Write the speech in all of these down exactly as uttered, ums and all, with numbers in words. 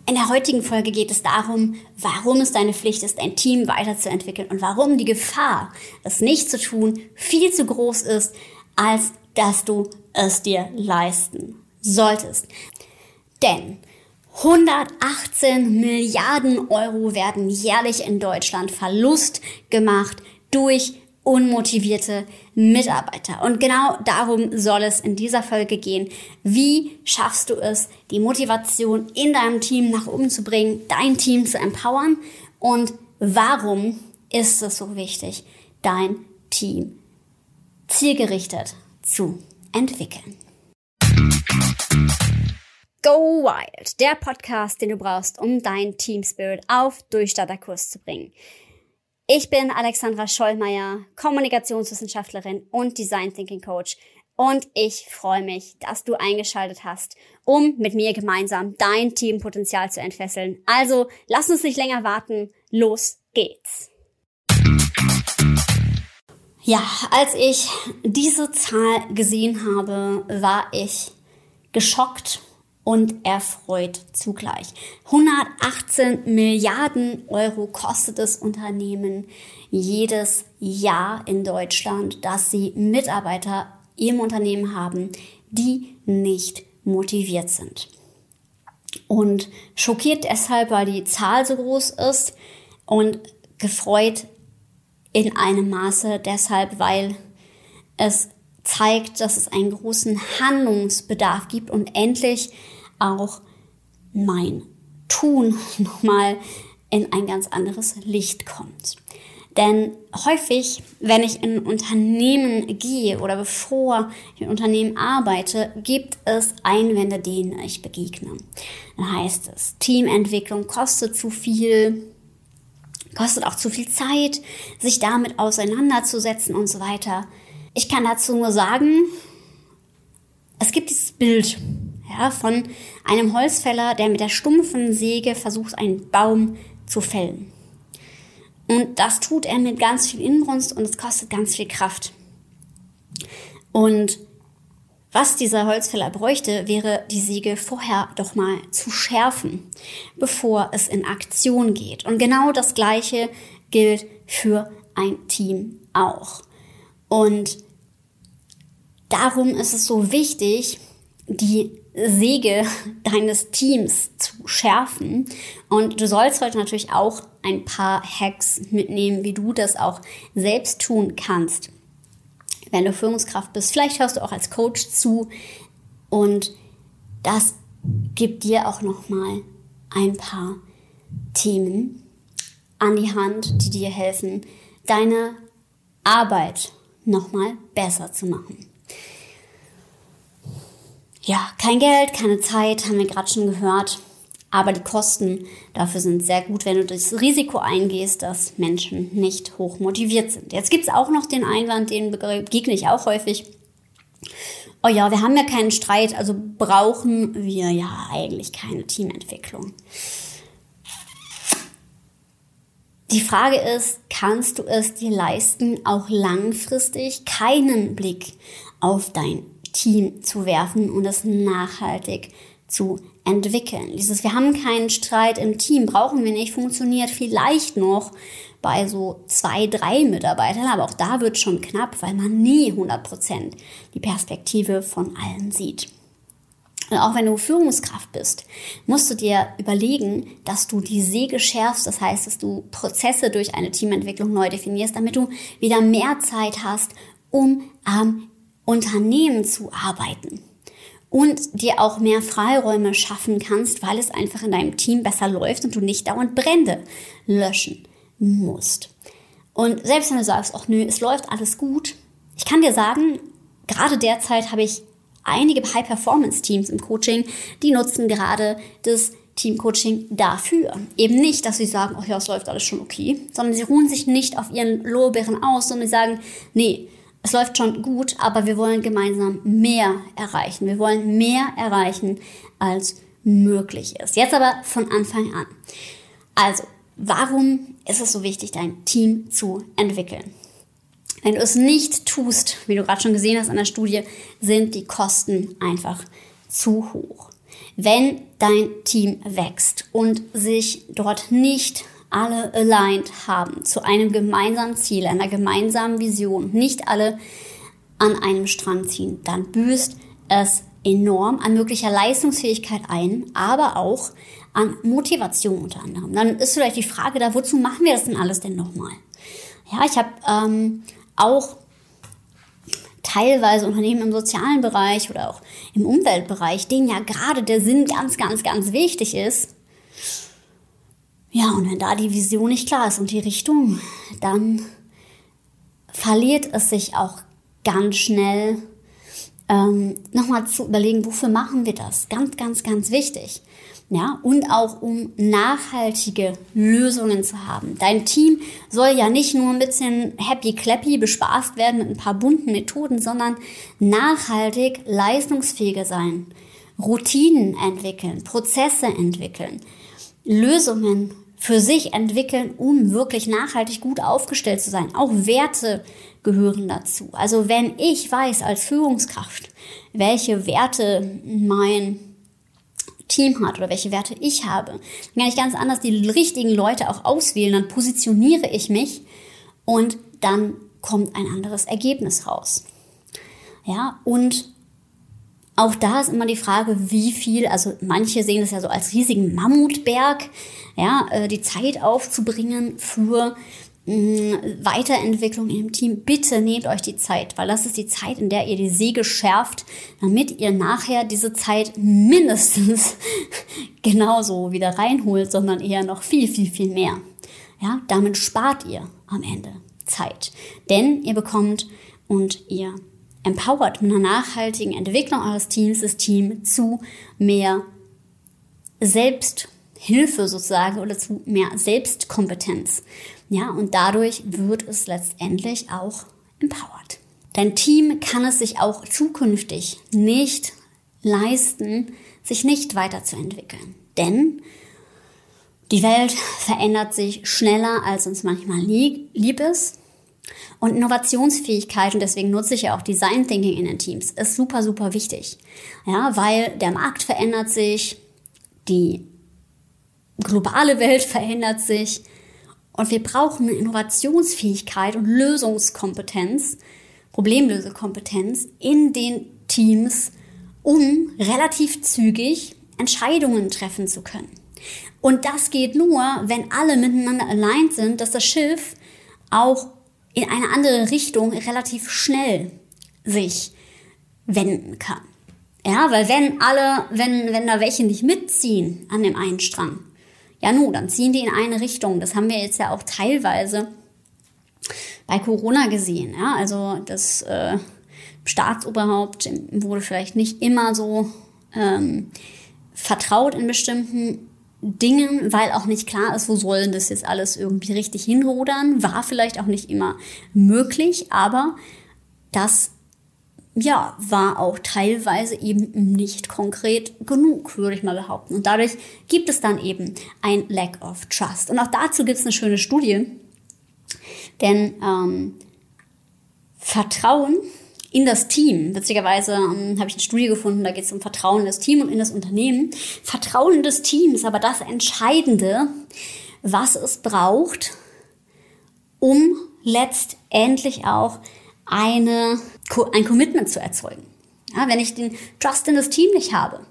In der heutigen Folge geht es darum, warum es deine Pflicht ist, dein Team weiterzuentwickeln und warum die Gefahr, es nicht zu tun, viel zu groß ist, als dass du es dir leisten solltest. Denn hundertachtzehn Milliarden Euro werden jährlich in Deutschland Verlust gemacht durch unmotivierte Mitarbeiter. Und genau darum soll es in dieser Folge gehen. Wie schaffst du es, die Motivation in deinem Team nach oben zu bringen, dein Team zu empowern? Und warum ist es so wichtig, dein Team zielgerichtet zu entwickeln? Go Wild, der Podcast, den du brauchst, um dein Team Spirit auf Durchstarterkurs zu bringen. Ich bin Alexandra Schollmeier, Kommunikationswissenschaftlerin und Design Thinking Coach und ich freue mich, dass du eingeschaltet hast, um mit mir gemeinsam dein Teampotenzial zu entfesseln. Also lass uns nicht länger warten, los geht's! Ja, als ich diese Zahl gesehen habe, war ich geschockt und erfreut zugleich. hundertachtzehn Milliarden Euro kostet es Unternehmen jedes Jahr in Deutschland, dass sie Mitarbeiter im Unternehmen haben, die nicht motiviert sind. Und schockiert deshalb, weil die Zahl so groß ist und gefreut in einem Maße deshalb, weil es zeigt, dass es einen großen Handlungsbedarf gibt und endlich auch mein Tun nochmal in ein ganz anderes Licht kommt. Denn häufig, wenn ich in Unternehmen gehe oder bevor ich in Unternehmen arbeite, gibt es Einwände, denen ich begegne. Dann heißt es, Teamentwicklung kostet zu viel, kostet auch zu viel Zeit, sich damit auseinanderzusetzen und so weiter. Ich kann dazu nur sagen, es gibt dieses Bild ja, von einem Holzfäller, der mit der stumpfen Säge versucht, einen Baum zu fällen. Und das tut er mit ganz viel Inbrunst und es kostet ganz viel Kraft. Und was dieser Holzfäller bräuchte, wäre die Säge vorher doch mal zu schärfen, bevor es in Aktion geht. Und genau das Gleiche gilt für ein Team auch. Und darum ist es so wichtig, die Säge deines Teams zu schärfen. Und du sollst heute natürlich auch ein paar Hacks mitnehmen, wie du das auch selbst tun kannst, wenn du Führungskraft bist. Vielleicht hörst du auch als Coach zu und das gibt dir auch nochmal ein paar Themen an die Hand, die dir helfen, deine Arbeit nochmal besser zu machen. Ja, kein Geld, keine Zeit, haben wir gerade schon gehört, aber die Kosten dafür sind sehr gut, wenn du das Risiko eingehst, dass Menschen nicht hoch motiviert sind. Jetzt gibt es auch noch den Einwand, den begegne ich auch häufig. Oh ja, wir haben ja keinen Streit, also brauchen wir ja eigentlich keine Teamentwicklung. Die Frage ist, kannst du es dir leisten, auch langfristig keinen Blick auf dein Team zu werfen und es nachhaltig zu entwickeln? Dieses wir haben keinen Streit im Team, brauchen wir nicht, funktioniert vielleicht noch bei so zwei, drei Mitarbeitern, aber auch da wird schon knapp, weil man nie hundert Prozent die Perspektive von allen sieht. Und auch wenn du Führungskraft bist, musst du dir überlegen, dass du die Säge schärfst. Das heißt, dass du Prozesse durch eine Teamentwicklung neu definierst, damit du wieder mehr Zeit hast, um am Unternehmen zu arbeiten. Und dir auch mehr Freiräume schaffen kannst, weil es einfach in deinem Team besser läuft und du nicht dauernd Brände löschen musst. Und selbst wenn du sagst, ach nö, es läuft alles gut, ich kann dir sagen, gerade derzeit habe ich einige High-Performance-Teams im Coaching, die nutzen gerade das Teamcoaching dafür. Eben nicht, dass sie sagen, ach ja, es läuft alles schon okay, sondern sie ruhen sich nicht auf ihren Lorbeeren aus, sondern sie sagen, nee, es läuft schon gut, aber wir wollen gemeinsam mehr erreichen. Wir wollen mehr erreichen, als möglich ist. Jetzt aber von Anfang an. Also, warum ist es so wichtig, dein Team zu entwickeln? Wenn du es nicht tust, wie du gerade schon gesehen hast an der Studie, sind die Kosten einfach zu hoch. Wenn dein Team wächst und sich dort nicht alle aligned haben zu einem gemeinsamen Ziel, einer gemeinsamen Vision, nicht alle an einem Strang ziehen, dann büßt es enorm an möglicher Leistungsfähigkeit ein, aber auch an Motivation unter anderem. Dann ist vielleicht die Frage da, wozu machen wir das denn alles denn nochmal? Ja, ich habe ähm, auch teilweise Unternehmen im sozialen Bereich oder auch im Umweltbereich, denen ja gerade der Sinn ganz, ganz, ganz wichtig ist. Ja, und wenn da die Vision nicht klar ist und die Richtung, dann verliert es sich auch ganz schnell, ähm, nochmal zu überlegen, wofür machen wir das? Ganz, ganz, ganz wichtig. Ja, und auch um nachhaltige Lösungen zu haben. Dein Team soll ja nicht nur ein bisschen happy-clappy bespaßt werden mit ein paar bunten Methoden, sondern nachhaltig leistungsfähiger sein, Routinen entwickeln, Prozesse entwickeln, Lösungen für sich entwickeln, um wirklich nachhaltig gut aufgestellt zu sein. Auch Werte gehören dazu. Also wenn ich weiß als Führungskraft, welche Werte mein Team hat oder welche Werte ich habe, dann kann ich ganz anders die richtigen Leute auch auswählen, dann positioniere ich mich und dann kommt ein anderes Ergebnis raus. Ja, und auch da ist immer die Frage, wie viel, also manche sehen das ja so als riesigen Mammutberg, ja, die Zeit aufzubringen für Weiterentwicklung im Team. Bitte nehmt euch die Zeit, weil das ist die Zeit, in der ihr die Säge schärft, damit ihr nachher diese Zeit mindestens genauso wieder reinholt, sondern eher noch viel, viel, viel mehr. Ja, damit spart ihr am Ende Zeit, denn ihr bekommt und ihr empowert mit einer nachhaltigen Entwicklung eures Teams das Team zu mehr Selbsthilfe sozusagen oder zu mehr Selbstkompetenz. Ja, und dadurch wird es letztendlich auch empowered. Dein Team kann es sich auch zukünftig nicht leisten, sich nicht weiterzuentwickeln. Denn die Welt verändert sich schneller, als uns manchmal lieb ist. Und Innovationsfähigkeit, und deswegen nutze ich ja auch Design Thinking in den Teams, ist super, super wichtig. Ja, weil der Markt verändert sich, die globale Welt verändert sich und wir brauchen Innovationsfähigkeit und Lösungskompetenz, Problemlösekompetenz in den Teams, um relativ zügig Entscheidungen treffen zu können. Und das geht nur, wenn alle miteinander aligned sind, dass das Schiff auch in eine andere Richtung relativ schnell sich wenden kann. Ja, weil wenn alle, wenn, wenn da welche nicht mitziehen an dem einen Strang, ja nun, dann ziehen die in eine Richtung. Das haben wir jetzt ja auch teilweise bei Corona gesehen. Ja, also das äh, Staatsoberhaupt wurde vielleicht nicht immer so ähm, vertraut in bestimmten Dingen, weil auch nicht klar ist, wo soll das jetzt alles irgendwie richtig hinrudern. War vielleicht auch nicht immer möglich, aber das ja, war auch teilweise eben nicht konkret genug, würde ich mal behaupten. Und dadurch gibt es dann eben ein Lack of Trust. Und auch dazu gibt es eine schöne Studie, denn ähm, Vertrauen in das Team, witzigerweise ähm, habe ich eine Studie gefunden, da geht es um Vertrauen in das Team und in das Unternehmen. Vertrauen in das Team ist aber das Entscheidende, was es braucht, um letztendlich auch eine, ein Commitment zu erzeugen. Ja, wenn ich den Trust in das Team nicht habe,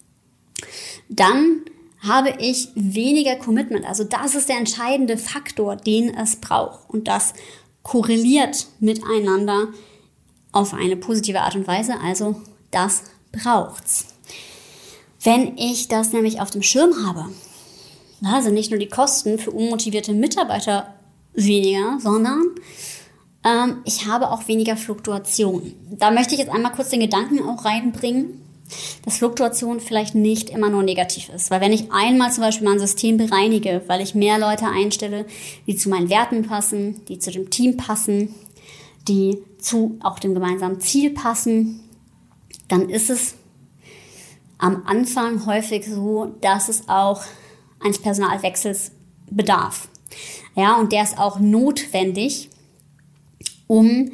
dann habe ich weniger Commitment. Also das ist der entscheidende Faktor, den es braucht. Und das korreliert miteinander auf eine positive Art und Weise. Also das braucht's. Wenn ich das nämlich auf dem Schirm habe, also nicht nur die Kosten für unmotivierte Mitarbeiter weniger, sondern ähm, ich habe auch weniger Fluktuation. Da möchte ich jetzt einmal kurz den Gedanken auch reinbringen, dass Fluktuation vielleicht nicht immer nur negativ ist. Weil wenn ich einmal zum Beispiel mein System bereinige, weil ich mehr Leute einstelle, die zu meinen Werten passen, die zu dem Team passen, die zu auch dem gemeinsamen Ziel passen, dann ist es am Anfang häufig so, dass es auch eines Personalwechsels bedarf. Ja, und der ist auch notwendig, um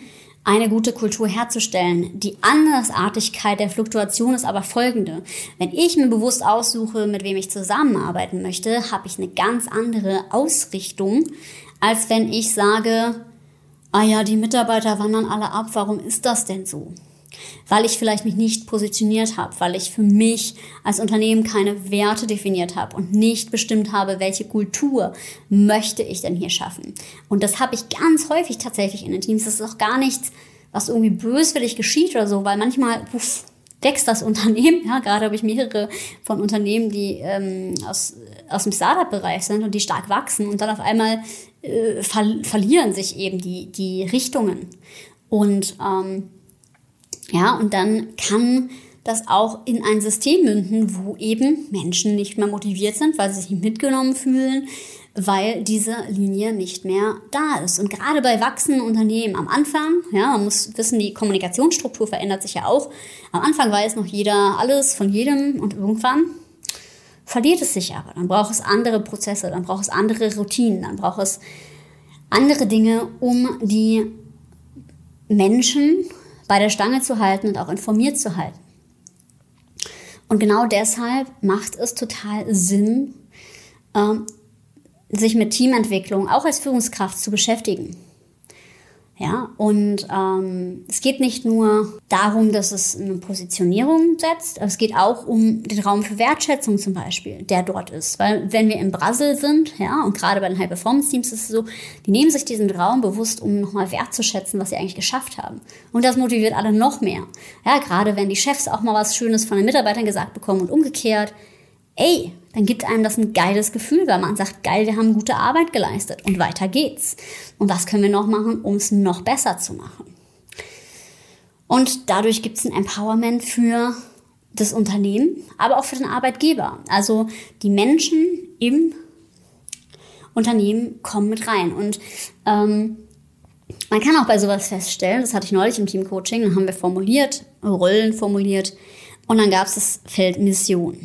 eine gute Kultur herzustellen. Die Andersartigkeit der Fluktuation ist aber folgende. Wenn ich mir bewusst aussuche, mit wem ich zusammenarbeiten möchte, habe ich eine ganz andere Ausrichtung, als wenn ich sage, ah ja, die Mitarbeiter wandern alle ab, warum ist das denn so? Weil ich vielleicht mich nicht positioniert habe, weil ich für mich als Unternehmen keine Werte definiert habe und nicht bestimmt habe, welche Kultur möchte ich denn hier schaffen. Und das habe ich ganz häufig tatsächlich in den Teams. Das ist auch gar nichts, was irgendwie böswillig geschieht oder so, weil manchmal uff, wächst das Unternehmen. Ja, gerade habe ich mehrere von Unternehmen, die ähm, aus, aus dem Startup-Bereich sind und die stark wachsen und dann auf einmal äh, ver- verlieren sich eben die, die Richtungen. Und ähm, Ja, und dann kann das auch in ein System münden, wo eben Menschen nicht mehr motiviert sind, weil sie sich nicht mitgenommen fühlen, weil diese Linie nicht mehr da ist. Und gerade bei wachsenden Unternehmen am Anfang, ja, man muss wissen, die Kommunikationsstruktur verändert sich ja auch. Am Anfang weiß noch jeder alles von jedem und irgendwann verliert es sich aber. Dann braucht es andere Prozesse, dann braucht es andere Routinen, dann braucht es andere Dinge, um die Menschen bei der Stange zu halten und auch informiert zu halten. Und genau deshalb macht es total Sinn, ähm, sich mit Teamentwicklung auch als Führungskraft zu beschäftigen. Ja, und ähm, es geht nicht nur darum, dass es eine Positionierung setzt, aber es geht auch um den Raum für Wertschätzung zum Beispiel, der dort ist. Weil wenn wir in Brasil sind, ja, und gerade bei den High-Performance-Teams ist es so, die nehmen sich diesen Raum bewusst, um nochmal wertzuschätzen, was sie eigentlich geschafft haben. Und das motiviert alle noch mehr. Ja, gerade wenn die Chefs auch mal was Schönes von den Mitarbeitern gesagt bekommen und umgekehrt, ey, dann gibt einem das ein geiles Gefühl, weil man sagt, geil, wir haben gute Arbeit geleistet und weiter geht's. Und was können wir noch machen, um es noch besser zu machen? Und dadurch gibt es ein Empowerment für das Unternehmen, aber auch für den Arbeitgeber. Also die Menschen im Unternehmen kommen mit rein. Und ähm, man kann auch bei sowas feststellen, das hatte ich neulich im Teamcoaching, dann haben wir formuliert, Rollen formuliert und dann gab es das Feld Mission.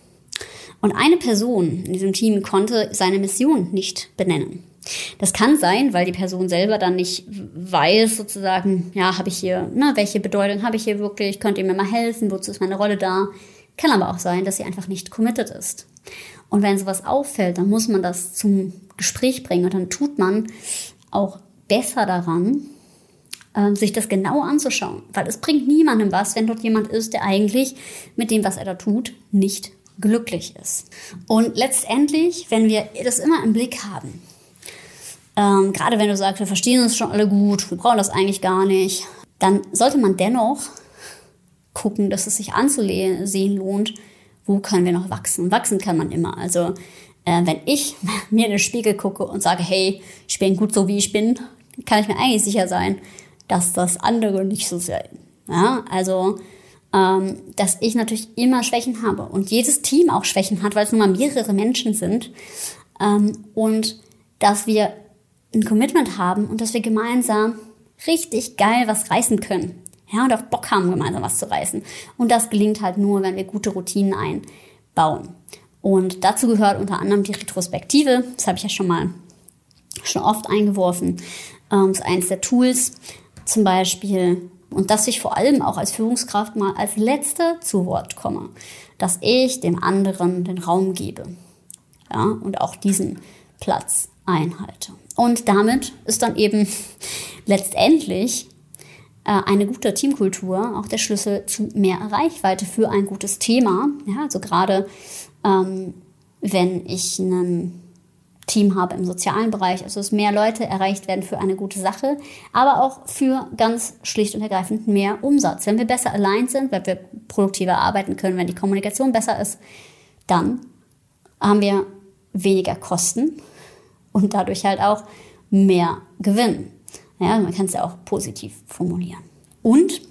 Und eine Person in diesem Team konnte seine Mission nicht benennen. Das kann sein, weil die Person selber dann nicht weiß, sozusagen, ja, habe ich hier, ne, welche Bedeutung habe ich hier wirklich, könnt ihr mir mal helfen, wozu ist meine Rolle da? Kann aber auch sein, dass sie einfach nicht committed ist. Und wenn sowas auffällt, dann muss man das zum Gespräch bringen und dann tut man auch besser daran, äh, sich das genau anzuschauen. Weil es bringt niemandem was, wenn dort jemand ist, der eigentlich mit dem, was er da tut, nicht glücklich ist. Und letztendlich, wenn wir das immer im Blick haben, ähm, gerade wenn du sagst, wir verstehen uns schon alle gut, wir brauchen das eigentlich gar nicht, dann sollte man dennoch gucken, dass es sich anzusehen lohnt, wo können wir noch wachsen. Und wachsen kann man immer. Also äh, wenn ich mir in den Spiegel gucke und sage, hey, ich bin gut so wie ich bin, kann ich mir eigentlich sicher sein, dass das andere nicht so sind. Ja, also Ähm, dass ich natürlich immer Schwächen habe und jedes Team auch Schwächen hat, weil es nun mal mehrere Menschen sind ähm, und dass wir ein Commitment haben und dass wir gemeinsam richtig geil was reißen können, ja, und auch Bock haben, gemeinsam was zu reißen. Und das gelingt halt nur, wenn wir gute Routinen einbauen. Und dazu gehört unter anderem die Retrospektive, das habe ich ja schon mal schon oft eingeworfen, ähm, ist eins der Tools, zum Beispiel. Und dass ich vor allem auch als Führungskraft mal als Letzte zu Wort komme. Dass ich dem anderen den Raum gebe. Ja, und auch diesen Platz einhalte. Und damit ist dann eben letztendlich äh, eine gute Teamkultur auch der Schlüssel zu mehr Reichweite für ein gutes Thema. Ja, also gerade ähm, wenn ich einen Team habe im sozialen Bereich, also dass mehr Leute erreicht werden für eine gute Sache, aber auch für ganz schlicht und ergreifend mehr Umsatz. Wenn wir besser aligned sind, weil wir produktiver arbeiten können, wenn die Kommunikation besser ist, dann haben wir weniger Kosten und dadurch halt auch mehr Gewinn. Ja, man kann es ja auch positiv formulieren. Und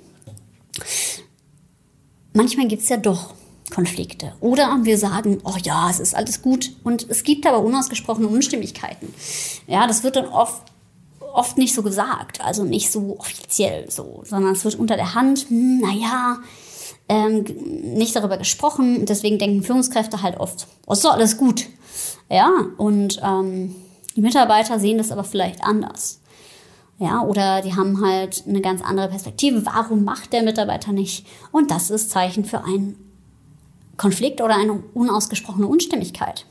manchmal gibt es ja doch Konflikte. Oder wir sagen, oh ja, es ist alles gut. Und es gibt aber unausgesprochene Unstimmigkeiten. Ja, das wird dann oft, oft nicht so gesagt, also nicht so offiziell so, sondern es wird unter der Hand, hm, naja, ähm, nicht darüber gesprochen. Und deswegen denken Führungskräfte halt oft, oh, ist doch alles gut. Ja, und ähm, die Mitarbeiter sehen das aber vielleicht anders. Ja, oder die haben halt eine ganz andere Perspektive. Warum macht der Mitarbeiter nicht? Und das ist Zeichen für einen Konflikt oder eine unausgesprochene Unstimmigkeit.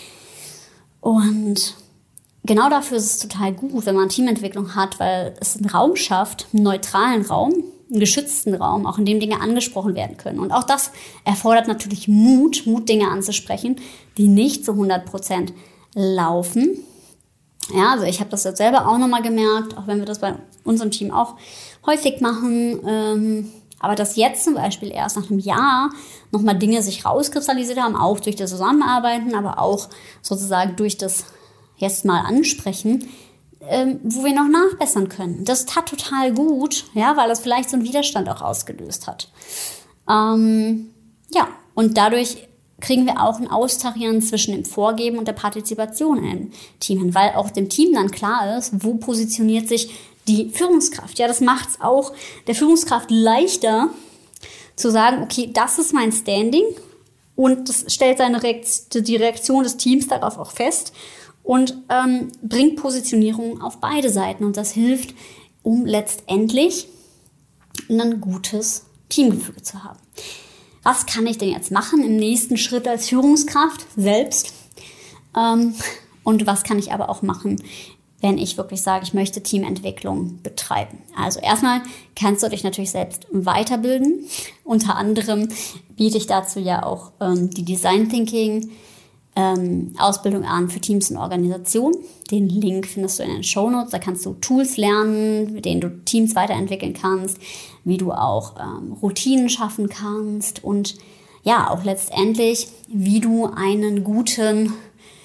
Und genau dafür ist es total gut, wenn man Teamentwicklung hat, weil es einen Raum schafft, einen neutralen Raum, einen geschützten Raum, auch in dem Dinge angesprochen werden können. Und auch das erfordert natürlich Mut, Mut, Dinge anzusprechen, die nicht zu hundert Prozent laufen. Ja, also ich habe das jetzt selber auch nochmal gemerkt, auch wenn wir das bei unserem Team auch häufig machen. Ähm, aber dass jetzt zum Beispiel erst nach einem Jahr nochmal Dinge sich rauskristallisiert haben, auch durch das Zusammenarbeiten, aber auch sozusagen durch das jetzt mal ansprechen, ähm, wo wir noch nachbessern können. Das tat total gut, ja, weil das vielleicht so einen Widerstand auch ausgelöst hat. Ähm, ja, und dadurch kriegen wir auch ein Austarieren zwischen dem Vorgeben und der Partizipation im Team hin, weil auch dem Team dann klar ist, wo positioniert sich die Führungskraft. Ja, das macht es auch der Führungskraft leichter zu sagen, okay, das ist mein Standing und das stellt seine Reakt- die Reaktion des Teams darauf auch fest und ähm, bringt Positionierung auf beide Seiten. Und das hilft, um letztendlich ein gutes Teamgefüge zu haben. Was kann ich denn jetzt machen im nächsten Schritt als Führungskraft selbst? Ähm, und was kann ich aber auch machen, wenn ich wirklich sage, ich möchte Teamentwicklung betreiben? Also erstmal kannst du dich natürlich selbst weiterbilden. Unter anderem biete ich dazu ja auch ähm, die Design Thinking ähm, Ausbildung an für Teams und Organisationen. Den Link findest du in den Shownotes. Da kannst du Tools lernen, mit denen du Teams weiterentwickeln kannst, wie du auch ähm, Routinen schaffen kannst und ja, auch letztendlich, wie du einen guten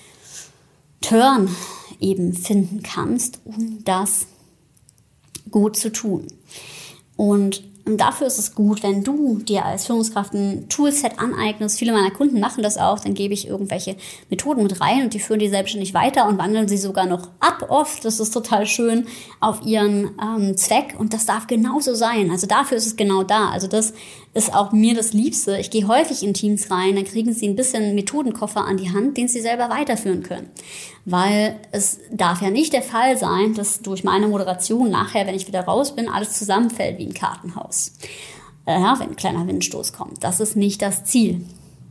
Turn eben finden kannst, um das gut zu tun. Und dafür ist es gut, wenn du dir als Führungskraft ein Toolset aneignest. Viele meiner Kunden machen das auch. Dann gebe ich irgendwelche Methoden mit rein und die führen die selbstständig weiter und wandeln sie sogar noch ab oft. Das ist total schön auf ihren ähm, Zweck und das darf genauso sein. Also dafür ist es genau da. Also das ist auch mir das Liebste. Ich gehe häufig in Teams rein, dann kriegen sie ein bisschen Methodenkoffer an die Hand, den sie selber weiterführen können. Weil es darf ja nicht der Fall sein, dass durch meine Moderation nachher, wenn ich wieder raus bin, alles zusammenfällt wie ein Kartenhaus. Ja, wenn ein kleiner Windstoß kommt. Das ist nicht das Ziel.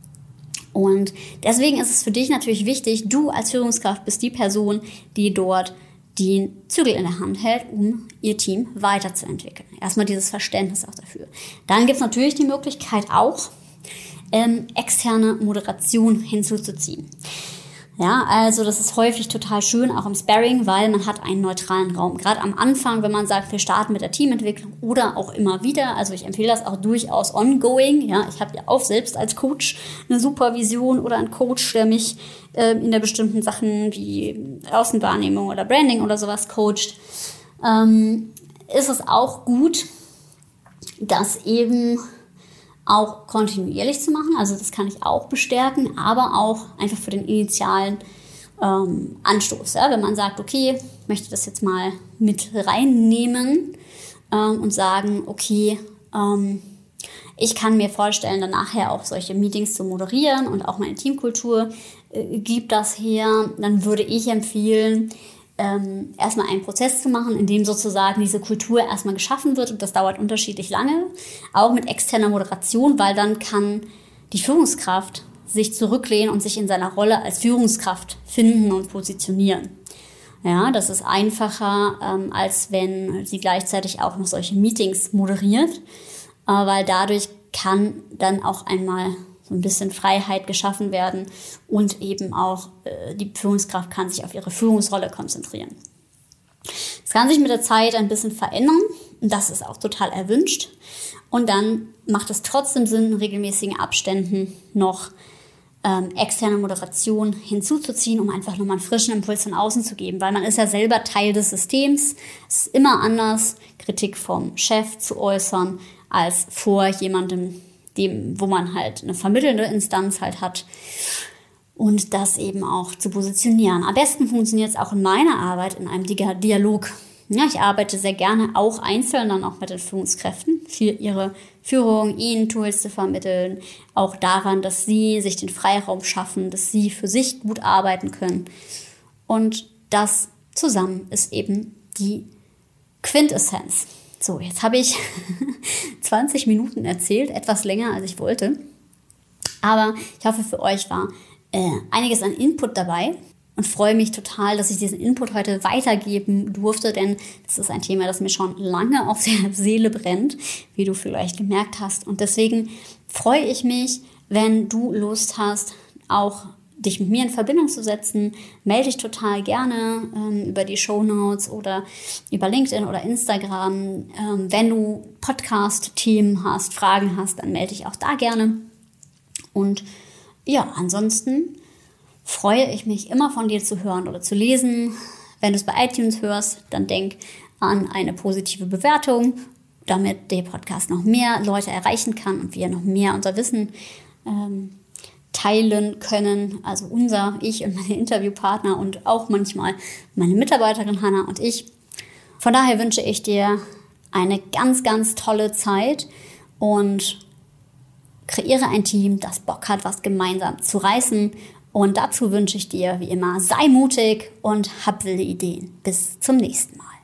Und deswegen ist es für dich natürlich wichtig, du als Führungskraft bist die Person, die dort den Zügel in der Hand hält, um ihr Team weiterzuentwickeln. Erstmal dieses Verständnis auch dafür. Dann gibt es natürlich die Möglichkeit auch, ähm, externe Moderation hinzuzuziehen. Ja, also das ist häufig total schön, auch im Sparring, weil man hat einen neutralen Raum. Gerade am Anfang, wenn man sagt, wir starten mit der Teamentwicklung oder auch immer wieder. Also ich empfehle das auch durchaus ongoing. Ja, ich habe ja auch selbst als Coach eine Supervision oder einen Coach, der mich äh, in der bestimmten Sachen wie Außenwahrnehmung oder Branding oder sowas coacht. Ähm, ist es auch gut, das eben auch kontinuierlich zu machen, also das kann ich auch bestärken, aber auch einfach für den initialen ähm, Anstoß. Ja? Wenn man sagt, okay, ich möchte das jetzt mal mit reinnehmen ähm, und sagen, okay, ähm, ich kann mir vorstellen, dann nachher auch solche Meetings zu moderieren und auch meine Teamkultur äh, gibt das her, dann würde ich empfehlen, Ähm, erstmal einen Prozess zu machen, in dem sozusagen diese Kultur erstmal geschaffen wird und das dauert unterschiedlich lange, auch mit externer Moderation, weil dann kann die Führungskraft sich zurücklehnen und sich in seiner Rolle als Führungskraft finden und positionieren. Ja, das ist einfacher, ähm, als wenn sie gleichzeitig auch noch solche Meetings moderiert, äh, weil dadurch kann dann auch einmal so ein bisschen Freiheit geschaffen werden und eben auch äh, die Führungskraft kann sich auf ihre Führungsrolle konzentrieren. Es kann sich mit der Zeit ein bisschen verändern und das ist auch total erwünscht. Und dann macht es trotzdem Sinn, in regelmäßigen Abständen noch ähm, externe Moderation hinzuzuziehen, um einfach nochmal einen frischen Impuls von außen zu geben, weil man ist ja selber Teil des Systems. Es ist immer anders, Kritik vom Chef zu äußern, als vor jemandem, dem, wo man halt eine vermittelnde Instanz halt hat und das eben auch zu positionieren. Am besten funktioniert es auch in meiner Arbeit in einem Dialog. Ja, ich arbeite sehr gerne auch einzeln dann auch mit den Führungskräften für ihre Führung, ihnen Tools zu vermitteln, auch daran, dass sie sich den Freiraum schaffen, dass sie für sich gut arbeiten können. Und das zusammen ist eben die Quintessenz. So, jetzt habe ich zwanzig Minuten erzählt, etwas länger als ich wollte. Aber ich hoffe, für euch war äh, einiges an Input dabei und freue mich total, dass ich diesen Input heute weitergeben durfte, denn das ist ein Thema, das mir schon lange auf der Seele brennt, wie du vielleicht gemerkt hast. Und deswegen freue ich mich, wenn du Lust hast, auch dich mit mir in Verbindung zu setzen. Melde dich total gerne ähm, über die Shownotes oder über LinkedIn oder Instagram. Ähm, wenn du Podcast-Themen hast, Fragen hast, dann melde dich auch da gerne. Und ja, ansonsten freue ich mich immer von dir zu hören oder zu lesen. Wenn du es bei iTunes hörst, dann denk an eine positive Bewertung, damit der Podcast noch mehr Leute erreichen kann und wir noch mehr unser Wissen ähm, teilen können. Also unser, ich und meine Interviewpartner und auch manchmal meine Mitarbeiterin Hannah und ich. Von daher wünsche ich dir eine ganz, ganz tolle Zeit und kreiere ein Team, das Bock hat, was gemeinsam zu reißen. Und dazu wünsche ich dir, wie immer, sei mutig und hab wilde Ideen. Bis zum nächsten Mal.